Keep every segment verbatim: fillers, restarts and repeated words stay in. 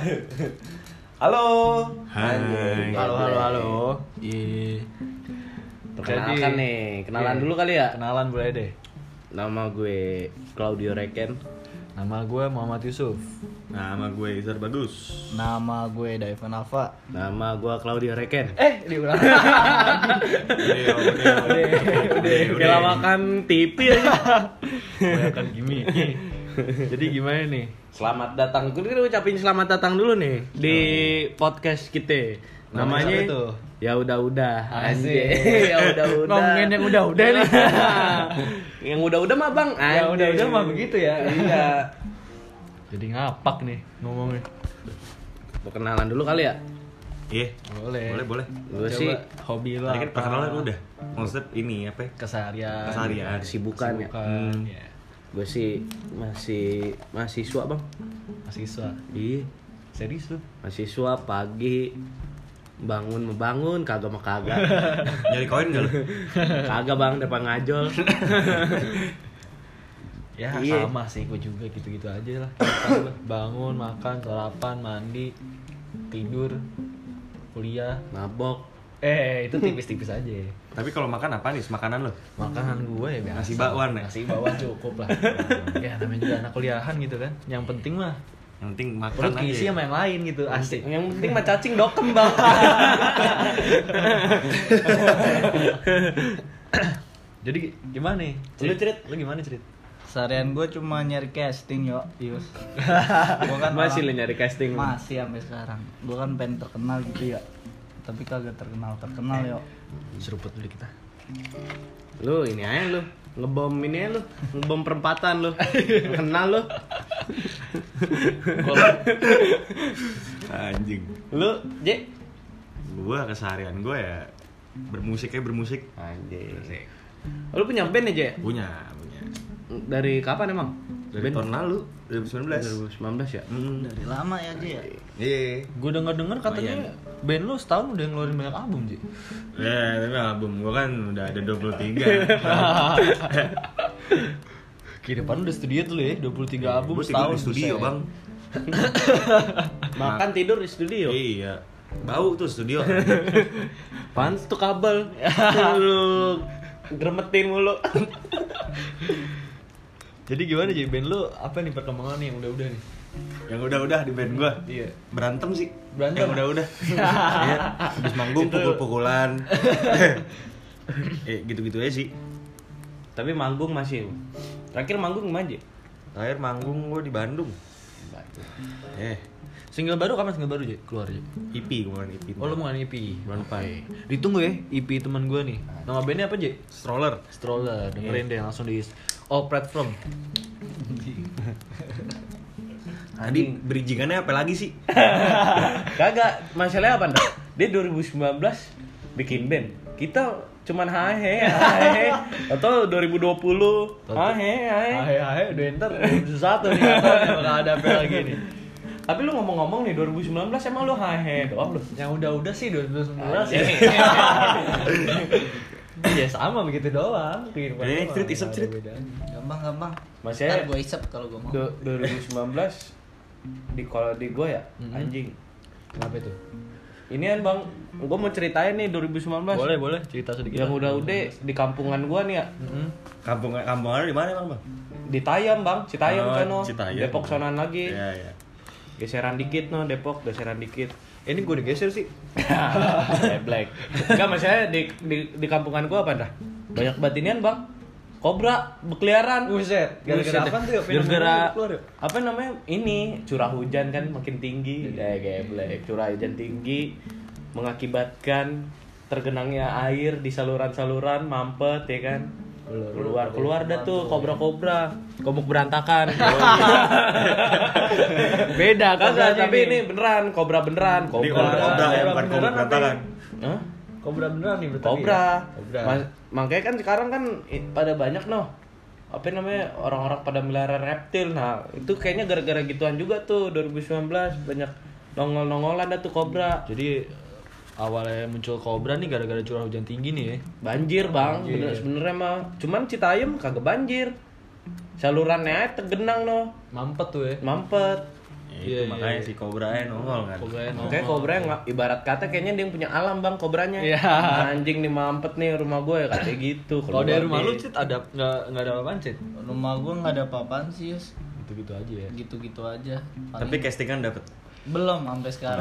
Halo. Hai. Halo halo halo. Iya. Perkenalkan nih, kenalan iya. dulu kali ya. Kenalan boleh deh. Nama gue Claudio Reken. Nama gue Muhammad Yusuf. Nama gue Izar Bagus. Nama gue Daivan Alfa. Nama gue Claudio Reken. Eh, diulang. Udah, udah, udah. Kayak makan T V aja. Banyakan gimmick. Jadi gimana nih? Selamat datang. Gue kita ucapin selamat datang dulu nih di podcast kita. Namanya Namanya tuh? Ya udah-udah. Asik. Anjay. Ya udah-udah. Ngomongin yang udah-udah nih. Yang udah-udah mah Bang. Yang Anjay. udah-udah mah begitu ya. Iya. Jadi ngapak nih ngomongnya. Mau kenalan dulu kali ya? Iya. Boleh. Boleh, boleh. Gue sih hobi lo. Tadi kan perkenalan udah. Konsep ini apa? ya? Keseharian. Keseharian. kesibukan ya. Bukan. Hmm. Ya. Gue sih masih mahasiswa Bang. Mahasiswa. Iya. Serius lu? Mahasiswa pagi bangun membangun kagak mah kagak. Nyari koin enggak lu? Kagak Bang depan ngajol. Ya Iya. sama sih, gue juga gitu-gitu aja lah. Bangun, makan, sarapan, mandi, tidur, kuliah. Mabok. Eh, itu tipis-tipis aja. Tapi kalau makan apa nih? Makanan lo? Makanan gue ya biasa. Nasi bakwan ya? Nasi bakwan cukup lah. Ya namanya juga anak kuliahan gitu kan. Yang penting mah Yang penting makan perut aja. keisi sama yang lain gitu, asik. Yang penting mah cacing dokem Bang. Jadi gimana nih? Lu, Cerit? Lu gimana, Cerit? Seharian gue cuma nyari casting yo, Yus. Gue kan Masih lu orang- nyari casting. Masih sampai sekarang. Gue kan pengen terkenal gitu ya. Tapi kagak terkenal terkenal yo. Seruput dulu kita. Lu ini aja lu. Ngebom ini aja lu. Ngebom perempatan lu. Kenal lu. Anjing. Lu, J. Gua keseharian gua ya bermusik ya bermusik. Anjir. Lu punya band ya, J? Punya, punya. Dari kapan emang? Dari tahun lalu, dua ribu sembilan belas. dua ribu sembilan belas ya? Hmm. Dari lama ya aja ya. Iya. Gue denger-denger katanya band lu setahun udah ngeluarin banyak album, Ji. Ya, tapi album gua kan udah ada dua puluh tiga. Kira depan udah studio tuh ya, dua puluh tiga album Gua tidur setahun di studio, buset. Bang. Makan tidur di studio. Iya. Bau tuh studio. Pants tuh kabel. Lu gremetin mulu. Jadi gimana Ji, band lu apa nih perkembangan nih yang udah-udah nih? Yang udah-udah di band gua. Iya. Berantem sih. Berantem? Yang udah-udah. Iya. Habis manggung pukul-pukulan. Eh, gitu-gitu aja sih. Tapi manggung masih. Terakhir manggung gimana, J? Terakhir manggung gua di Bandung. Eh, Single baru kapan single baru Ji? Keluar Ji? E P kemarin E P. Oh lu mau E P? Bulan depan. Ditunggu ya E P teman gue nih. Nama bandnya apa Ji? Stroller. Stroller, dengerin deh langsung di all platform. Tadi bridgingannya apa lagi sih? Kagak, masalahnya apa ndak? Dia dua ribu sembilan belas bikin band. Kita cuman hahe hahe atau dua ribu dua puluh hahe hahe. Hai hai udah enter dua ribu satu nih katanya bakal ada apa lagi nih. Tapi lu ngomong-ngomong nih dua ribu sembilan belas emang lu hahe doang lu. Yang udah-udah sih dua ribu sembilan belas ya. Ya sama begitu doang. Kehidupan Eh, doang, Cerit, isep, nggak ada Cerit. bedanya. Gampang-gampang. Masih Ntar gue isep kalau gue mau. Du- dua ribu sembilan belas di kalau di gua ya Mhm. anjing. Kenapa itu? Ini kan Bang, gua mau ceritain nih dua ribu sembilan belas. Boleh, boleh cerita sedikit. Yang udah-udah di kampungan gua nih ya. Mm-hmm. Kampung kampungan di mana, Bang? Bang? Di Tayam Bang, Citayam Oh, kan no. Citayam. Depok sonan lagi. Iya, iya. Geseran dikit no, Depok geseran dikit. Ini gue digeser sih. Black. Enggak masalahnya di di di kampungan gua apa dah? Banyak batinian Bang. Kobra berkeliaran. Buset, gara-gara Buset. apaan tuh ya? Fenomena Gara-gara keluar ya? apa namanya? Ini curah hujan kan makin tinggi. Ya geblek, curah hujan tinggi mengakibatkan tergenangnya air di saluran-saluran mampet ya kan. Keluar keluar dah tuh kobra-kobra. Komuk berantakan. Beda Kagak, kobranya tapi nih. ini beneran kobra beneran, Jadi kobra. kobra kobra ya, bukan beneran kobra apa berantakan. Hah? Kobra beneran nih berarti. Kobra. ya? Kobra. Mas- makanya kan sekarang kan i- pada banyak noh. Apa namanya orang-orang pada melihara reptil. Nah, itu kayaknya gara-gara gituan juga tuh dua ribu sembilan belas banyak nongol-nongolan dah tuh kobra. Jadi awalnya muncul kobra nih gara-gara curah hujan tinggi nih ya. Banjir, Bang. Banjir. Bener sebenarnya mah. Cuman Citayam kagak banjir. Salurannya aja tergenang noh. Mampet tuh ya. Mampet. Ya, Iya, itu makanya iya. si Cobra-nya nongol kan. Kobranya nongol. Kayak kobra nggak ibarat kata kayaknya dia yang punya alam bang kobranya. Iya. Anjing nih mampet nih rumah gue kayak gitu. Kalau dari rumah lu di- Cit ada nggak nggak ada apa-apaan Cit? Rumah gua nggak ada apa-apaan sih, Yus. Gitu-gitu aja ya. Gitu-gitu aja. Paling- Tapi castingan dapet. belum sampai sekarang.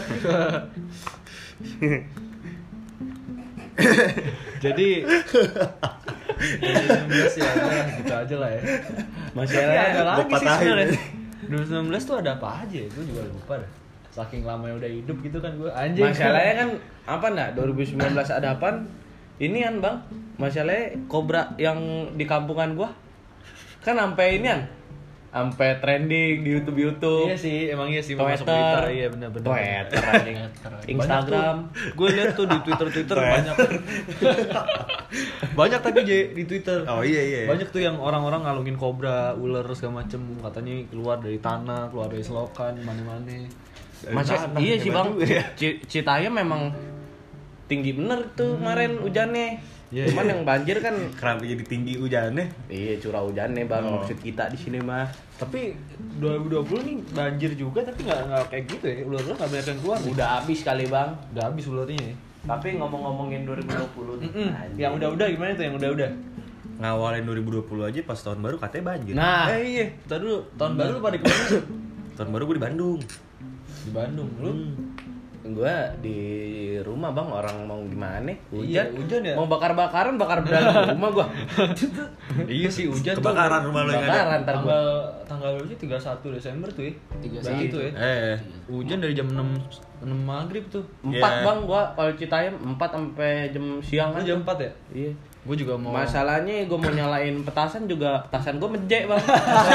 Jadi dua ribu sembilan belas ya udah gitu aja lah ya. Masih Tapi ada ada lagi sih patahin. sebenarnya. dua ribu sembilan belas tuh ada apa aja ya? Gue juga lupa dah. Saking lama udah hidup gitu kan gue anjing. Masalahnya kan apa nak dua ribu sembilan belas ada apaan? Ini kan bang, masalahnya kobra yang di kampungan gua kan sampai ini kan, sampai trending di YouTube YouTube. Iya sih, emang iya sih mau masuk Twitter, berita. Iya benar-benar. Twitter, anjing. Instagram. Gue lihat tuh di Twitter Twitter banyak. Banyak tapi J di Twitter. Oh iya iya. Banyak tuh yang orang-orang ngalungin kobra, ular segala macem, katanya keluar dari tanah, keluar dari selokan, mana-mana. Masa tanah, iya sih hebat bang, juga ya. C- Citayam memang tinggi bener tuh kemarin hujannya. Iya, Cuman iya. yang banjir kan, Kenapa jadi tinggi hujannya? iya curah hujannya bang Oh. maksud kita di sini mah. Tapi dua ribu dua puluh nih banjir juga tapi nggak nggak kayak gitu ya. Ular-ular nggak banyak yang keluar. nih. Udah habis kali bang. Udah habis ularnya ya. Tapi ngomong-ngomongin dua ribu dua puluh tuh, Mm-mm. anjing. Yang udah-udah gimana tuh yang udah-udah? Ngawalin dua ribu dua puluh aja pas tahun baru katanya banjir. Nah, Eh iya, tadi dulu tahun baru lu pada kemana sih? Tahun baru gue di Bandung. Di Bandung. Lu? gue di rumah bang, orang mau gimana? Iya, Hujan, hujan ya? Mau bakar-bakaran, bakar dalam rumah gue. Iya sih hujan tuh. Kebakaran rumah lu yang ada. Bakaran ntar gue. Tanggal tanggal berapa sih? tiga puluh satu Desember tuh ya. tiga puluh satu. Begitu ya. Eh, Hujan dari jam enam enam maghrib tuh. Empat Iya. bang, gue kalau Citayam empat sampai jam siang Lu kan. jam empat ya? Iya. Gue juga mau Masalahnya gue mau nyalain petasan juga petasan gue mejek bang.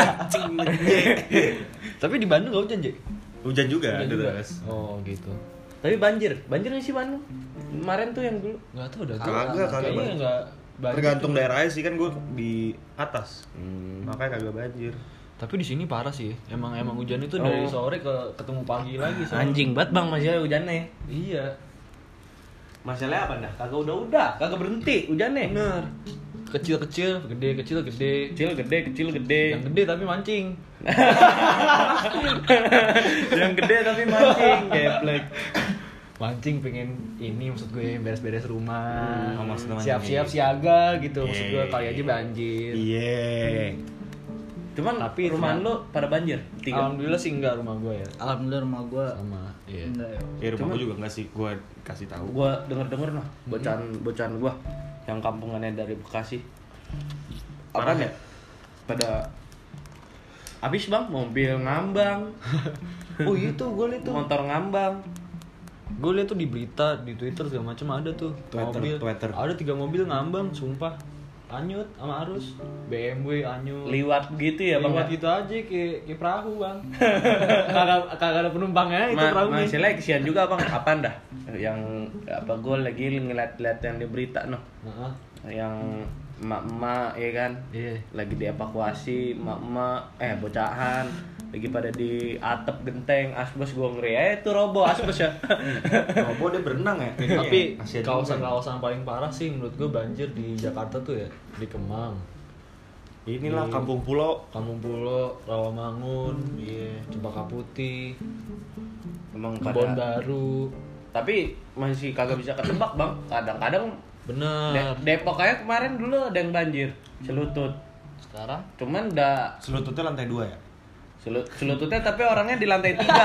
Tapi di Bandung gak hujan, Jek? hujan juga Hujan juga. deras. Oh, gitu. Tapi banjir, banjir nggak sih Bandung? Kemarin tuh yang dulu. Enggak tahu dah. Kagak, kagak Kayaknya banjir. enggak banjir Tergantung tuh. daerahnya sih kan gue di atas. Hmm. Makanya kagak banjir. Tapi di sini parah sih. Emang emang hujan itu Oh. dari sore ke ketemu pagi lagi soalnya. Anjing banget bang masalah hujannya. Iya. Masalahnya apa dah? Kagak udah-udah, kagak berhenti hujannya. Bener. Kecil-kecil, gede, kecil, gede. Kecil gede, kecil gede. Yang gede tapi mancing. Yang gede tapi mancing, geblek. Mancing pengen ini maksud gue beres-beres rumah. Oh, maksudnya Siap-siap mancing. siaga gitu maksud gue Iya. kali aja banjir. Iya. Cuman Tapi rumah rumah- lu pada banjir? Tiga. Alhamdulillah sih enggak rumah gue ya. Alhamdulillah rumah gua Sama. Iya. enggak ya. Ya rumah Cuma- gue juga enggak sih, gue kasih tahu. Gua denger-denger noh, bocan bocan gua yang kampungannya dari Bekasi. Apa Parah ya? Pada habis bang, mobil ngambang, Oh itu gue liat tuh. motor ngambang. Gue liat tuh di berita, di Twitter segala macam ada tuh Twitter, mobil. Twitter. Ada tiga mobil ngambang, sumpah. Anyut sama arus. B M W anyut. Liwat gitu ya bang. Lewat ya? gitu aja kayak kayak perahu, Bang. kagak kagak ada penumpangnya itu Ma perahunya. masalahnya kesian juga bang. Apaan dah? Yang apa gue lagi ngeliat-liat yang di berita noh, Heeh. yang emak-emak ya kan, Iya. lagi dievakuasi emak-emak, eh bocahan lagi pada di atap genteng asbes, gue ngeri eh itu robo asbes ya. Robo dia berenang ya. Tapi Kasihan juga. kawasan-kawasan paling parah sih menurut gue banjir di Jakarta tuh ya, di Kemang, Inilah Di- kampung pulau. Kampung Pulo, Rawamangun, iya, Cempaka Putih, Emang Kebon pada Baru. tapi masih kagak bisa ketebak bang, kadang-kadang Bener. De- Depok aja kemarin dulu ada yang banjir selutut, Sekarang cuman udah Selututnya lantai dua ya. selut selututnya tapi orangnya di lantai tiga.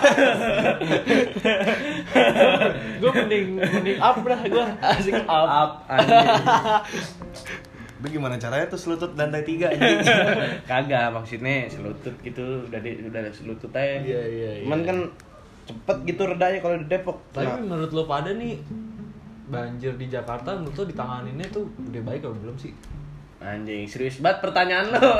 gue mending mending up dah gue asik up. Up, anjing. Itu gimana caranya tuh selutut lantai tiga anjing? Kagak maksudnya selutut gitu, udah di, udah ada selutut aja. Iya, iya, iya. Cuman kan cepet gitu redanya kalau di Depok. Tapi Nah, menurut lo pada nih banjir di Jakarta menurut lo ditanganinnya tuh udah baik atau belum sih? anjing serius banget pertanyaan lo.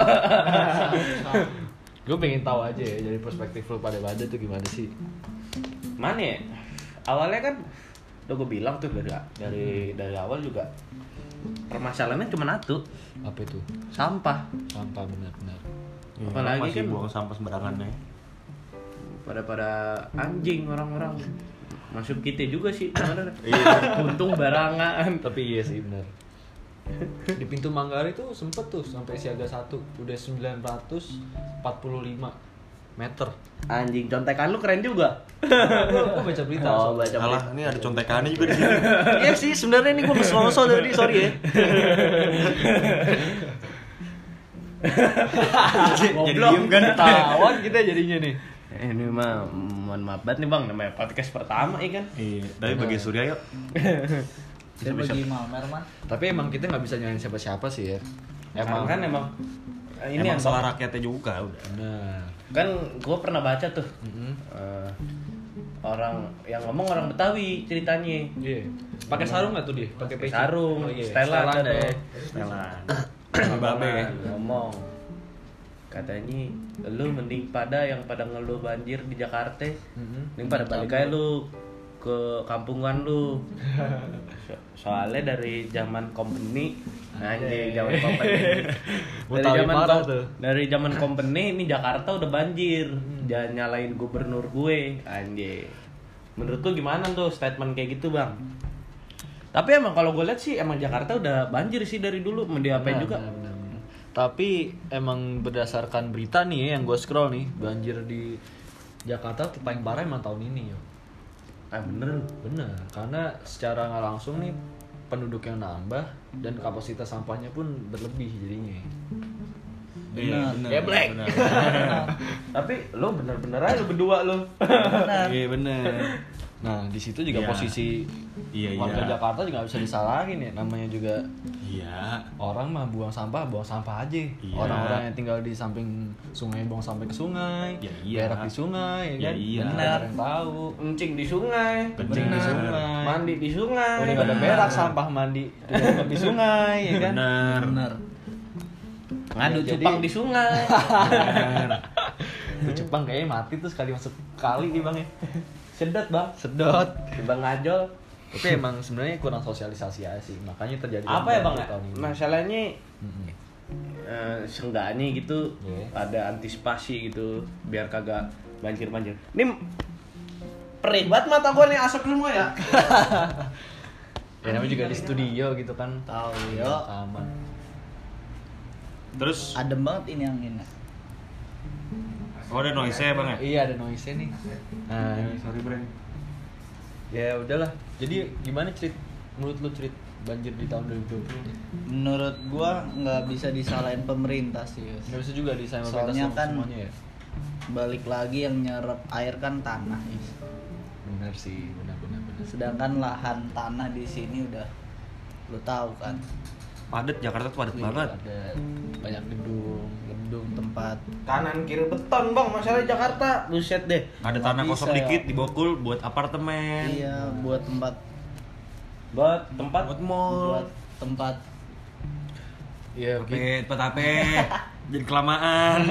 Gue pengen tahu aja ya dari perspektif lo pada pada tuh gimana sih? Mana ya? Awalnya kan udah gue bilang tuh dari dari dari awal juga permasalahannya cuma satu, Apa itu? sampah. Sampah benar-benar. Ya, Apalagi masih kan- buang sampah sembarangannya. Pada pada anjing orang-orang. Masuk kita juga sih sebenarnya. Iya. Untung barangan. Tapi iya sih benar. Di pintu Manggarai tuh sempet tuh sampai siaga satu udah sembilan ratus empat puluh lima meter. Anjing, contekan lu keren juga. Gua baca berita. Oh, baca Salah, berita. ini ada contekannya juga di sini. Iya sih, sebenarnya ini gua ngesloso tadi, sorry ya. Jadi diem kan. Ketahuan kita jadinya nih. Eh, ini mah mohon maaf banget nih Bang, namanya podcast pertama ya kan. Iya, tapi bagi Surya yuk. Saya bagi Malmer mah. Tapi emang kita nggak bisa nyalain siapa-siapa sih ya. Emang kan emang ini Emang yang salah rakyatnya juga udah. Benar. kan gue pernah baca tuh Mm-mm. eh, orang yang ngomong orang Betawi ceritanya. Iya. Pakai sarung nggak tuh dia? Pakai peci. Sarung, Oh, iya. setelan Setelan deh. deh. Setelan. Babe Babe. ngomong katanya lu mending pada yang pada ngeluh banjir di Jakarta, Mm-mm. mending pada balik aja lu ke kampungan lu. So- soalnya dari zaman company, anjing zaman company. Dari Betawi zaman parah kom- tuh. dari zaman company ini Jakarta udah banjir. Jangan nyalain gubernur gue, anjing. Menurut lu gimana tuh statement kayak gitu, Bang? Tapi emang kalau gue lihat sih emang Jakarta udah banjir sih dari dulu, mau diapain Benar, juga. benar, benar, benar. Tapi emang berdasarkan berita nih ya, yang gue scroll nih, banjir di Jakarta tuh paling parah emang tahun ini yo. Ah bener lu. Bener, karena secara nggak langsung nih penduduk yang nambah dan kapasitas sampahnya pun berlebih jadinya. Iya, Benar. Ya, Black. benar. Tapi lo bener-bener aja lo berdua lo. Benar. Iya bener. Nah di situ juga Iya. posisi Iya, warga iya. Jakarta juga nggak bisa disalahin ya, namanya juga Iya. orang mah buang sampah buang sampah aja. Iya. Orang-orang yang tinggal di samping sungai buang sampai ke sungai, Ya, iya. berak di sungai, ya Ya, kan? iya. Nggak ada yang tahu. Encing di sungai, Kencing di Bener. sungai, mandi di sungai. udah pada berak sampah mandi juga di sungai, ya kan? Bener. Benar. Ngadu Ya, cupang jadi- di sungai. Bener. Tuh Jepang kayaknya mati tuh sekali masuk kali nih bang ya. Sedot, Bang. Sedot. Timbang ngajol. Tapi emang sebenarnya kurang sosialisasi aja sih, makanya terjadi Apa ya, Bang? Ya? tahun ini. Masalahnya Mm-mm. eh seenggaknya gitu Iya. ada antisipasi gitu biar kagak banjir-banjir. Ini perih banget mata gua nih asap semua ya. Ya namanya juga di studio gitu kan. Tahu Iya, yo. aman. Terus Adem banget ini anginnya. oh ada noise ya bang ya? Iya ada noise nih. Nah, Sorry Bren. ya udahlah. Jadi gimana cerit menurut lu cerit banjir di tahun dua ribu dua puluh? Menurut gua nggak bisa disalahin pemerintah sih, Yus. Nggak bisa juga di sama Soalnya pemerintah kan- semuanya ya. Balik lagi yang nyerap air kan tanah, Yus. Benar sih, benar benar benar. Sedangkan lahan tanah di sini udah lu tahu kan, Padat, Jakarta tuh padat Iya, banget. Ada banyak gedung, gedung tempat Kanan kiri beton, Bang. Masalah Jakarta, buset deh. Ada Nggak tanah bisa kosong ya. dikit dibokul buat apartemen. iya buat tempat Buat tempat Buat mall. buat tempat Iya, gitu. Ape, tempat ape. Jadi kelamaan.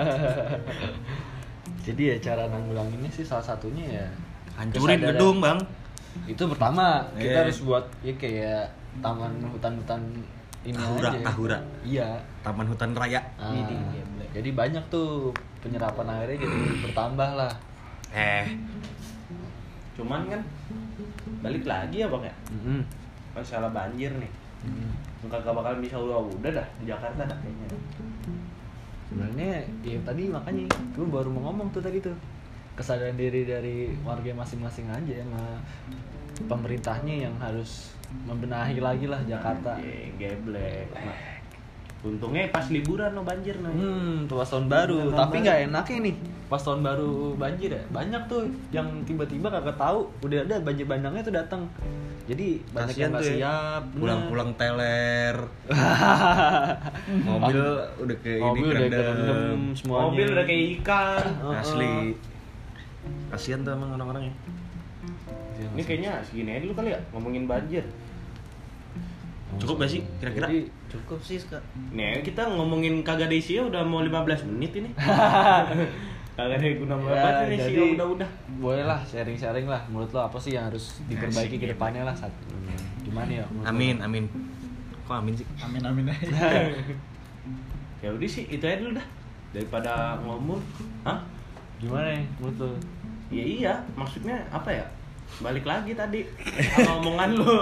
Jadi ya cara nanggulanginnya sih salah satunya ya Hancurin kesadaran. gedung bang. Itu pertama kita Eh. harus buat ya kayak taman hutan-hutan ini Tahura, aja. tahura. Iya. Taman hutan raya. Ah, Ini dia, Black. jadi banyak tuh penyerapan airnya jadi bertambah lah. Eh, cuman kan balik lagi ya, Bang ya. Mm-mm. Masalah banjir nih. Mm. Kagak bakal bisa udah-udah dah di Jakarta dah kayaknya. Sebenarnya ya tadi makanya gue baru mau ngomong tuh tadi tuh kesadaran diri dari warga masing-masing aja sama pemerintahnya yang harus membenahi lagi lah Jakarta. Anjing, geblek. Nah, untungnya pas liburan lo banjir nih. Hmm, tuh pas tahun baru. Tahun Tapi baru. nggak enaknya nih, pas tahun baru banjir ya. Banyak tuh yang tiba-tiba kagak tahu udah ada banjir bandangnya tuh datang. Jadi banyak kasihan yang nggak tuh ya. siap. bener. Pulang-pulang teler. Mobil udah ke ini Mobil udah kerendam. kerendam semuanya. Mobil udah kayak ikan. Heeh. Asli. Kasihan tuh emang orang-orangnya. Ini kayaknya segini aja dulu kali ya ngomongin banjir. Cukup gak sih kira-kira? Jadi, cukup sih Kak. Nih kita ngomongin kagak ada isinya udah mau lima belas menit ini. Kagak ada guna ya, banget ini sih jadi udah-udah. boleh lah sharing-sharing lah. Menurut lo apa sih yang harus diperbaiki ke depannya lah saat gimana ya? menurut lo? Amin, amin. Kok amin sih? Amin amin aja. Ya udah sih itu aja dulu dah. Daripada ngomong, hah? Gimana ya menurut lo? Ya iya, maksudnya apa ya? Balik lagi tadi sama omongan lu.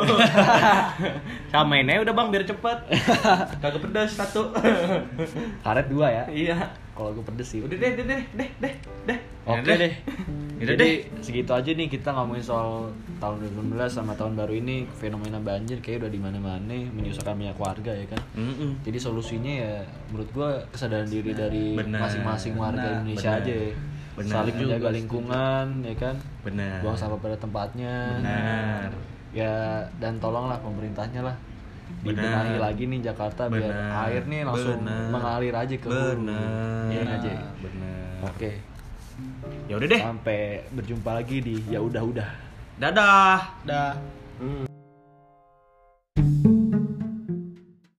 Samain aja udah Bang biar cepet. Kagak pedas satu. Karet dua ya. Iya. kalau gue pedes sih. Udah deh, deh, deh, deh, deh, deh. Oke Udah deh. Udah Jadi segitu aja nih kita ngomongin soal tahun dua ribu delapan belas sama tahun baru ini, fenomena banjir kayak udah di mana-mana menyusahkan banyak warga ya kan. Mm-mm. Jadi solusinya ya menurut gua kesadaran diri dari Benar. masing-masing warga Benar. Indonesia Benar. aja ya. Benar. Saling Juga menjaga setuju. lingkungan ya kan. Benar. Buang sampah pada tempatnya. Benar. Ya dan tolonglah pemerintahnya lah dibenahi Benar. lagi nih Jakarta biar Benar. air nih langsung Benar. mengalir aja ke hulu. Benar. Iya aja. Benar. Oke. Ya udah deh. Sampai berjumpa lagi di ya udah udah. Dadah. Dah. Hmm.